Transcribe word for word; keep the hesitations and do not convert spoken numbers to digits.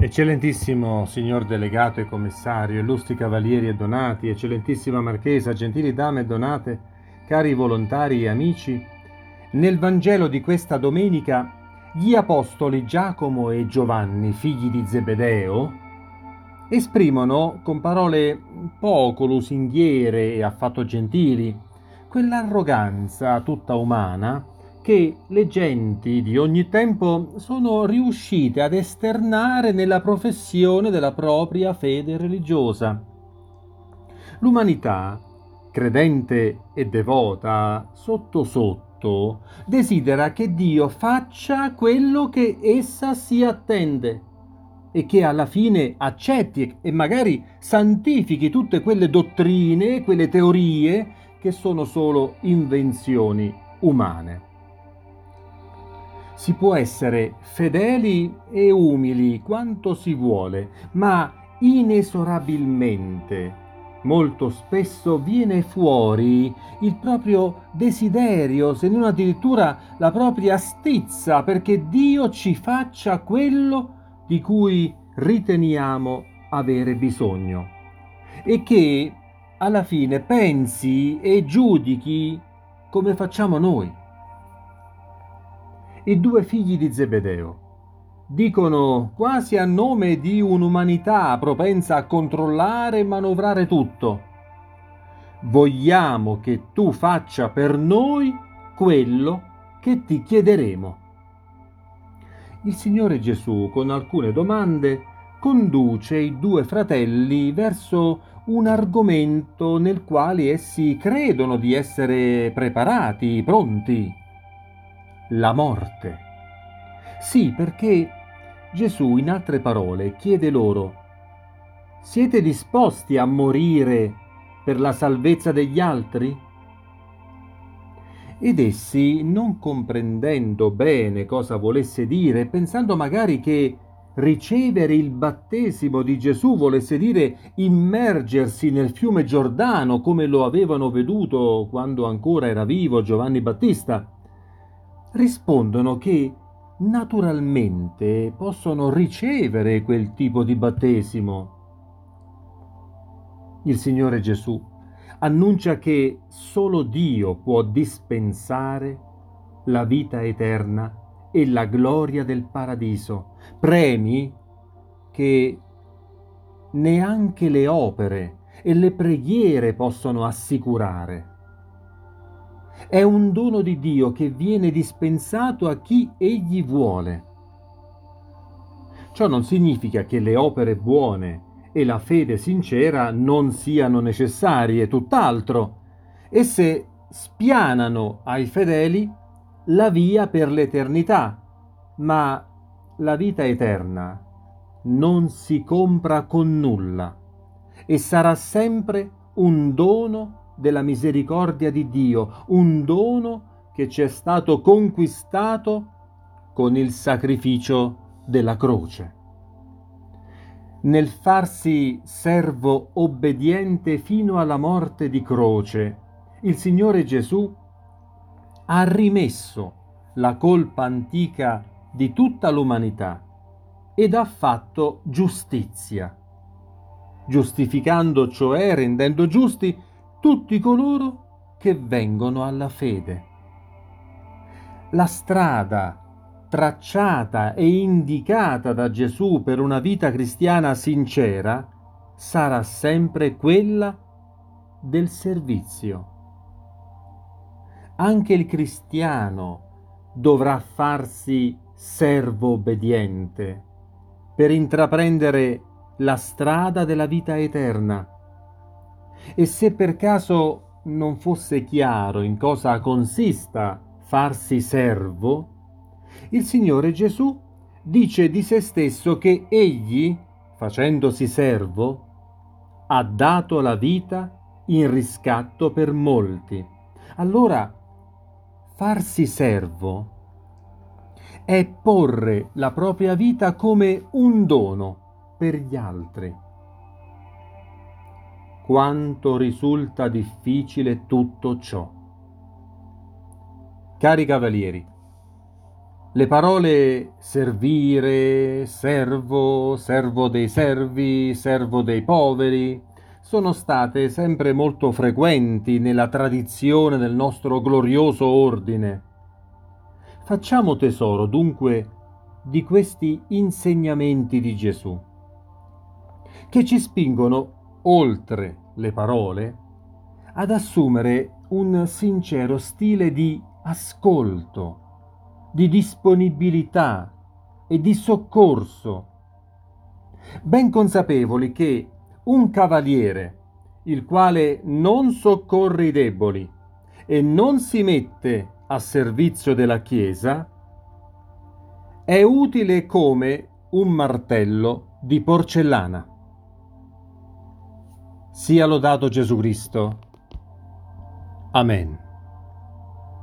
Eccellentissimo signor delegato e commissario, illustri cavalieri e donati, eccellentissima marchesa, gentili dame e donate, cari volontari e amici, nel Vangelo di questa domenica gli apostoli Giacomo e Giovanni, figli di Zebedeo, esprimono con parole poco lusinghiere e affatto gentili quell'arroganza tutta umana che le genti di ogni tempo sono riuscite ad esternare nella professione della propria fede religiosa. L'umanità, credente e devota, sotto sotto, desidera che Dio faccia quello che essa si attende e che alla fine accetti e magari santifichi tutte quelle dottrine, quelle teorie che sono solo invenzioni umane. Si può essere fedeli e umili quanto si vuole, ma inesorabilmente, molto spesso viene fuori il proprio desiderio, se non addirittura la propria stizza, perché Dio ci faccia quello di cui riteniamo avere bisogno e che alla fine pensi e giudichi come facciamo noi. I due figli di Zebedeo dicono quasi a nome di un'umanità propensa a controllare e manovrare tutto: vogliamo che tu faccia per noi quello che ti chiederemo. Il Signore Gesù, con alcune domande, conduce i due fratelli verso un argomento nel quale essi credono di essere preparati, pronti: la morte. Sì, perché Gesù, in altre parole, chiede loro: siete disposti a morire per la salvezza degli altri? Ed essi, non comprendendo bene cosa volesse dire, pensando magari che ricevere il battesimo di Gesù volesse dire immergersi nel fiume Giordano, come lo avevano veduto quando ancora era vivo Giovanni Battista, rispondono che naturalmente possono ricevere quel tipo di battesimo. Il Signore Gesù annuncia che solo Dio può dispensare la vita eterna e la gloria del paradiso, premi che neanche le opere e le preghiere possono assicurare. È un dono di Dio che viene dispensato a chi Egli vuole. Ciò non significa che le opere buone e la fede sincera non siano necessarie, tutt'altro. Esse spianano ai fedeli la via per l'eternità, ma la vita eterna non si compra con nulla e sarà sempre un dono della misericordia di Dio, un dono che ci è stato conquistato con il sacrificio della croce. Nel farsi servo obbediente fino alla morte di croce, il Signore Gesù ha rimesso la colpa antica di tutta l'umanità ed ha fatto giustizia, giustificando, cioè rendendo giusti tutti coloro che vengono alla fede. La strada tracciata e indicata da Gesù per una vita cristiana sincera sarà sempre quella del servizio. Anche il cristiano dovrà farsi servo obbediente per intraprendere la strada della vita eterna. E se per caso non fosse chiaro in cosa consista farsi servo, il Signore Gesù dice di se stesso che Egli, facendosi servo, ha dato la vita in riscatto per molti. Allora, farsi servo è porre la propria vita come un dono per gli altri. Quanto risulta difficile tutto ciò. Cari cavalieri, Le parole servire, servo, servo dei servi, servo dei poveri sono state sempre molto frequenti nella tradizione del nostro glorioso ordine. Facciamo tesoro dunque di questi insegnamenti di Gesù, che ci spingono, oltre le parole, ad assumere un sincero stile di ascolto, di disponibilità e di soccorso, ben consapevoli che un cavaliere, il quale non soccorre i deboli e non si mette a servizio della Chiesa, è utile come un martello di porcellana. Sia lodato Gesù Cristo. Amen.